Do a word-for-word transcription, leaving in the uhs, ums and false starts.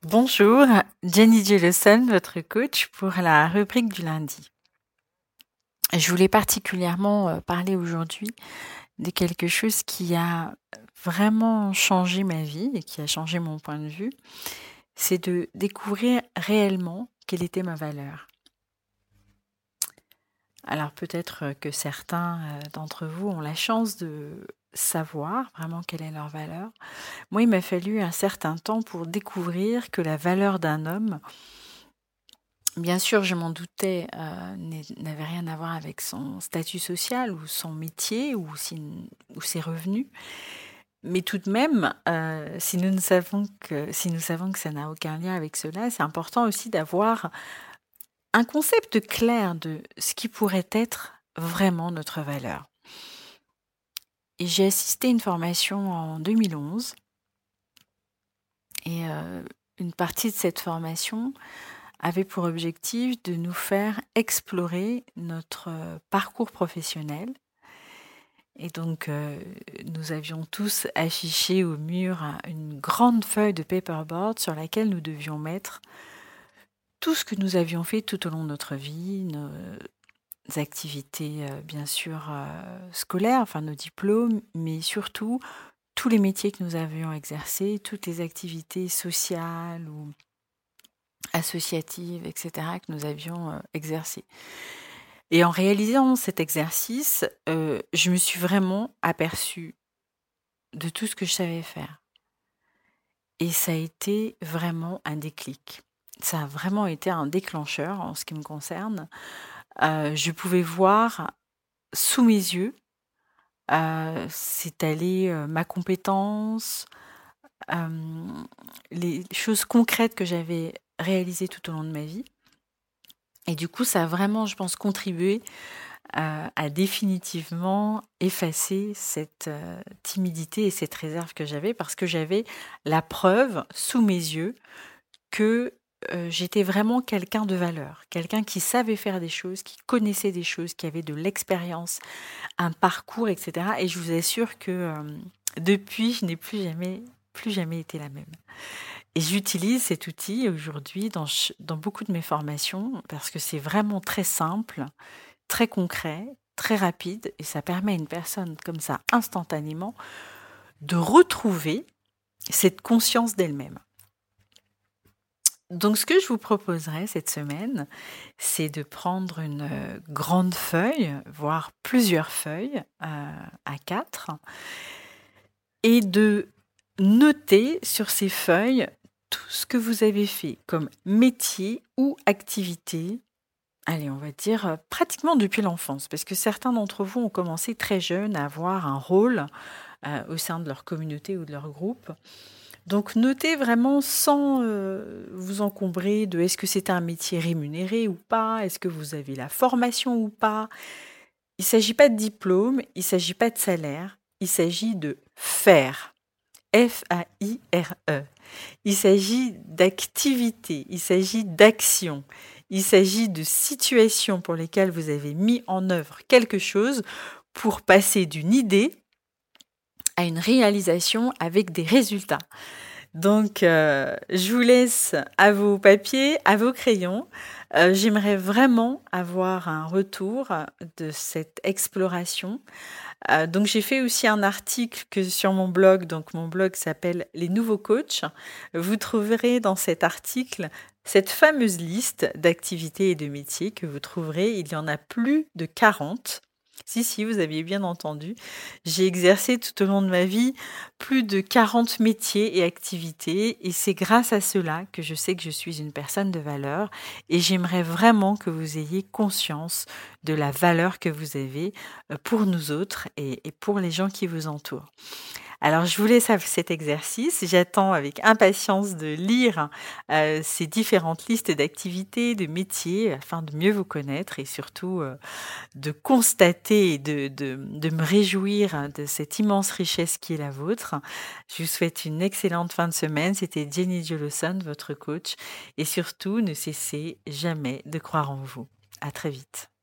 Bonjour, Jenny Jellison, votre coach pour la rubrique du lundi. Je voulais particulièrement euh, parler aujourd'hui de quelque chose qui a vraiment changé ma vie et qui a changé mon point de vue. C'est de découvrir réellement quelle était ma valeur. Alors peut-être que certains euh, d'entre vous ont la chance de savoir vraiment quelle est leur valeur. Moi, il m'a fallu un certain temps pour découvrir que la valeur d'un homme, bien sûr, je m'en doutais, euh, n'est- n'avait rien à voir avec son statut social ou son métier ou, si- ou ses revenus. Mais tout de même, euh, si nous ne savons que, si nous savons que ça n'a aucun lien avec cela, c'est important aussi d'avoir un concept clair de ce qui pourrait être vraiment notre valeur. Et j'ai assisté à une formation en deux mille onze et euh, une partie de cette formation avait pour objectif de nous faire explorer notre euh, parcours professionnel. Et donc, euh, nous avions tous affiché au mur un- une grande feuille de paperboard sur laquelle nous devions mettre tout ce que nous avions fait tout au long de notre vie, nos activités, euh, bien sûr, euh, scolaires, enfin nos diplômes, mais surtout tous les métiers que nous avions exercés, toutes les activités sociales ou associatives, et cetera, que nous avions euh, exercées. Et en réalisant cet exercice, euh, je me suis vraiment aperçue de tout ce que je savais faire. Et ça a été vraiment un déclic. Ça a vraiment été un déclencheur en ce qui me concerne. Euh, je pouvais voir sous mes yeux euh, s'étaler euh, ma compétence, euh, les choses concrètes que j'avais réalisées tout au long de ma vie. Et du coup, ça a vraiment, je pense, contribué euh, à définitivement effacer cette euh, timidité et cette réserve que j'avais parce que j'avais la preuve sous mes yeux que euh, j'étais vraiment quelqu'un de valeur, quelqu'un qui savait faire des choses, qui connaissait des choses, qui avait de l'expérience, un parcours, et cetera. Et je vous assure que euh, depuis, je n'ai plus jamais, plus jamais été la même. Et j'utilise cet outil aujourd'hui dans, ch- dans beaucoup de mes formations parce que c'est vraiment très simple, très concret, très rapide et ça permet à une personne comme ça, instantanément, de retrouver cette conscience d'elle-même. Donc ce que je vous proposerai cette semaine, c'est de prendre une euh, grande feuille, voire plusieurs feuilles euh, à quatre, et de noter sur ces feuilles tout ce que vous avez fait comme métier ou activité. Allez, on va dire euh, pratiquement depuis l'enfance, parce que certains d'entre vous ont commencé très jeunes à avoir un rôle euh, au sein de leur communauté ou de leur groupe. Donc notez vraiment sans euh, vous encombrer de est-ce que c'est un métier rémunéré ou pas, est-ce que vous avez la formation ou pas. Il ne s'agit pas de diplôme, il ne s'agit pas de salaire, il s'agit de faire. F A I R E. Il s'agit d'activités, il s'agit d'actions, il s'agit de situations pour lesquelles vous avez mis en œuvre quelque chose pour passer d'une idée à une réalisation avec des résultats. Donc, euh, je vous laisse à vos papiers, à vos crayons. Euh, J'aimerais vraiment avoir un retour de cette exploration. Euh, donc, j'ai fait aussi un article que sur mon blog. Donc, mon blog s'appelle Les Nouveaux Coachs. Vous trouverez dans cet article cette fameuse liste d'activités et de métiers que vous trouverez. Il y en a plus de quarante. Si, si, vous aviez bien entendu. J'ai exercé tout au long de ma vie plus de quarante métiers et activités et c'est grâce à cela que je sais que je suis une personne de valeur et j'aimerais vraiment que vous ayez conscience de la valeur que vous avez euh, pour nous autres et, et pour les gens qui vous entourent. Alors, je vous laisse à cet exercice. J'attends avec impatience de lire euh, ces différentes listes d'activités, de métiers, afin de mieux vous connaître et surtout euh, de constater et de, de, de me réjouir de cette immense richesse qui est la vôtre. Je vous souhaite une excellente fin de semaine. C'était Jenny Jolosson, votre coach. Et surtout, ne cessez jamais de croire en vous. À très vite.